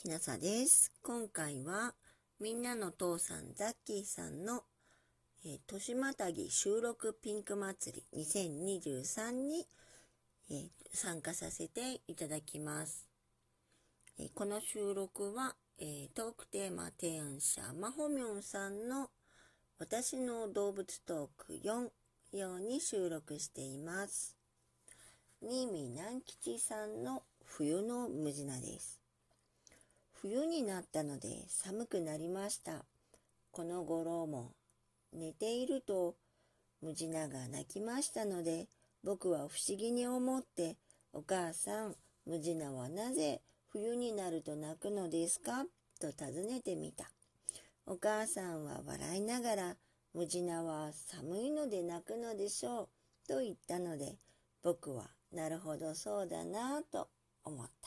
ひなさです。今回はみんなの父さんザッキーさんの、年またぎ収録ピンク祭り2023に、参加させていただきます。この収録は、トークテーマ提案者まほみょんさんの私の動物トーク4用に収録しています。新見南吉さんの冬のムジナです。冬になったので寒くなりました。この頃も寝ているとムジナが鳴きましたので、僕は不思議に思って、お母さん、ムジナはなぜ冬になると鳴くのですかと尋ねてみた。お母さんは笑いながら、ムジナは寒いので鳴くのでしょうと言ったので、僕はなるほどそうだなと思った。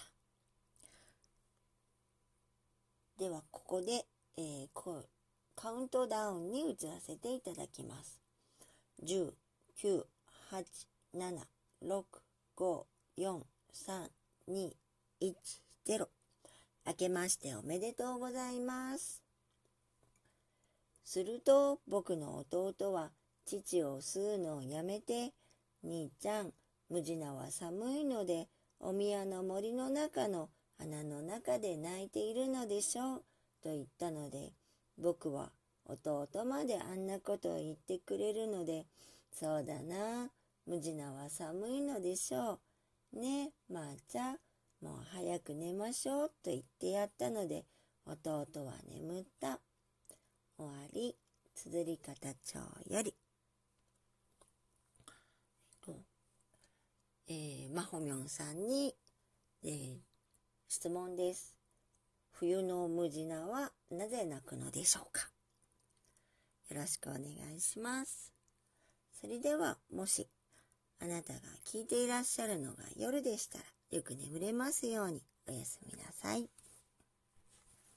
ではここで、カウントダウンに移らせていただきます。10、9、8、7、6、5、4、3、2、1、0。明けましておめでとうございます。すると僕の弟は父を吸うのをやめて、兄ちゃん、ムジナは寒いのでお宮の森の中の穴の中で泣いているのでしょうと言ったので、僕は弟まであんなことを言ってくれるので、そうだな、ムジナは寒いのでしょう。ね、まあじゃあもう早く寝ましょうと言ってやったので、弟は眠った。終わり。綴り方帳より。まほみょんさんに、質問です。冬のムジナはなぜ鳴くのでしょうか。よろしくお願いします。それではもしあなたが聞いていらっしゃるのが夜でしたら、よく眠れますようにおやすみなさい。